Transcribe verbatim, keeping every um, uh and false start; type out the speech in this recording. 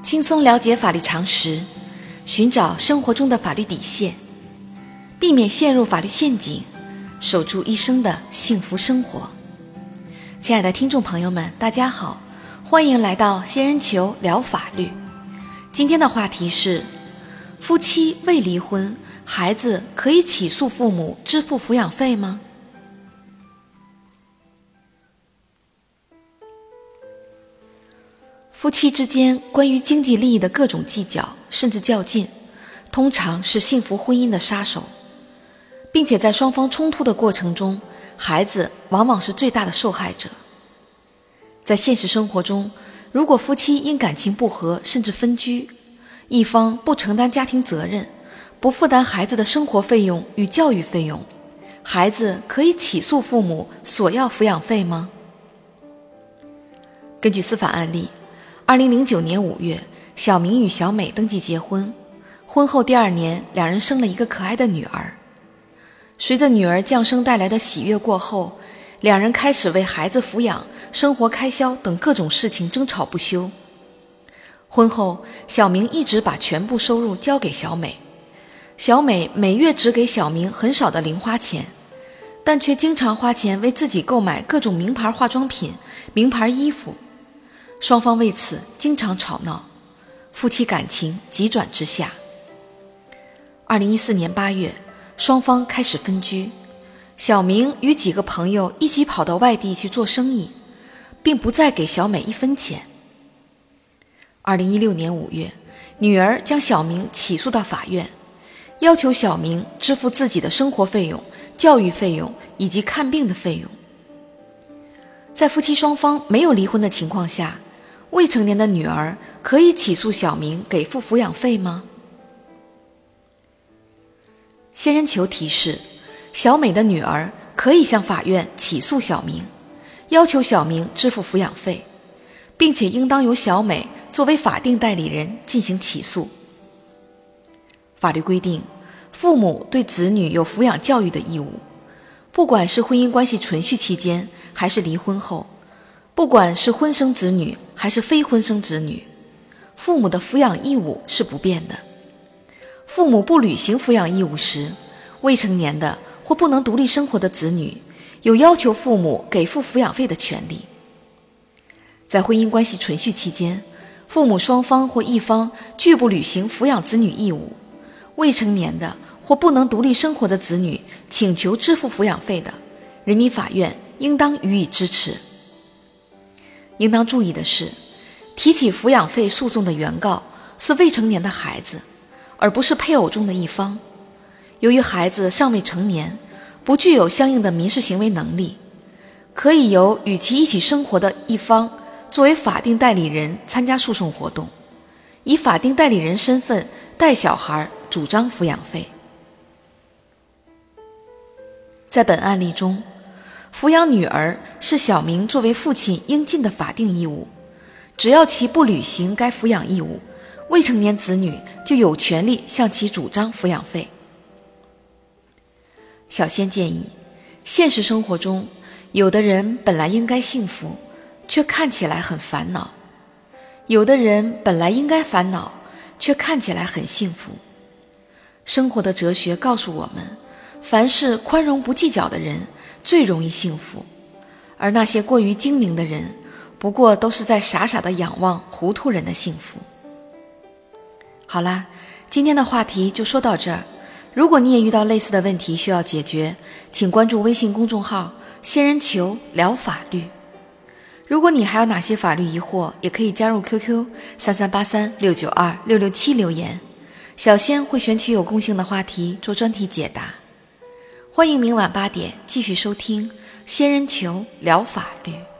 轻松了解法律常识，寻找生活中的法律底线，避免陷入法律陷阱，守住一生的幸福生活。亲爱的听众朋友们，大家好，欢迎来到仙人球聊法律。今天的话题是：夫妻未离婚，孩子可以起诉父母支付抚养费吗？夫妻之间关于经济利益的各种计较甚至较劲，通常是幸福婚姻的杀手，并且在双方冲突的过程中，孩子往往是最大的受害者。在现实生活中，如果夫妻因感情不和甚至分居，一方不承担家庭责任，不负担孩子的生活费用与教育费用，孩子可以起诉父母索要抚养费吗？根据司法案例，二零零九年五月，小明与小美登记结婚，婚后第二年，两人生了一个可爱的女儿。随着女儿降生带来的喜悦过后，两人开始为孩子抚养、生活开销等各种事情争吵不休。婚后，小明一直把全部收入交给小美，小美每月只给小明很少的零花钱，但却经常花钱为自己购买各种名牌化妆品、名牌衣服。双方为此经常吵闹，夫妻感情急转直下。二零一四年八月，双方开始分居，小明与几个朋友一起跑到外地去做生意，并不再给小美一分钱。二零一六年五月，女儿将小明起诉到法院，要求小明支付自己的生活费用、教育费用以及看病的费用。在夫妻双方没有离婚的情况下，未成年的女儿可以起诉小明给付抚养费吗？仙人球提示：小美的女儿可以向法院起诉小明，要求小明支付抚养费，并且应当由小美作为法定代理人进行起诉。法律规定，父母对子女有抚养教育的义务，不管是婚姻关系存续期间还是离婚后，不管是婚生子女还是非婚生子女，父母的抚养义务是不变的。父母不履行抚养义务时，未成年的或不能独立生活的子女有要求父母给付抚养费的权利。在婚姻关系存续期间，父母双方或一方拒不履行抚养子女义务，未成年的或不能独立生活的子女请求支付抚养费的，人民法院应当予以支持。应当注意的是，提起抚养费诉讼的原告是未成年的孩子，而不是配偶中的一方。由于孩子尚未成年，不具有相应的民事行为能力，可以由与其一起生活的一方作为法定代理人参加诉讼活动，以法定代理人身份代小孩主张抚养费。在本案例中，抚养女儿是小明作为父亲应尽的法定义务，只要其不履行该抚养义务，未成年子女就有权利向其主张抚养费。小仙建议，现实生活中，有的人本来应该幸福，却看起来很烦恼；有的人本来应该烦恼，却看起来很幸福。生活的哲学告诉我们，凡是宽容不计较的人最容易幸福，而那些过于精明的人，不过都是在傻傻地仰望糊涂人的幸福。好啦，今天的话题就说到这儿。如果你也遇到类似的问题需要解决，请关注微信公众号仙人球聊法律。如果你还有哪些法律疑惑，也可以加入 Q Q 三三八三六九二六六七留言，小仙会选取有共性的话题做专题解答。欢迎明晚八点继续收听仙人球聊法律。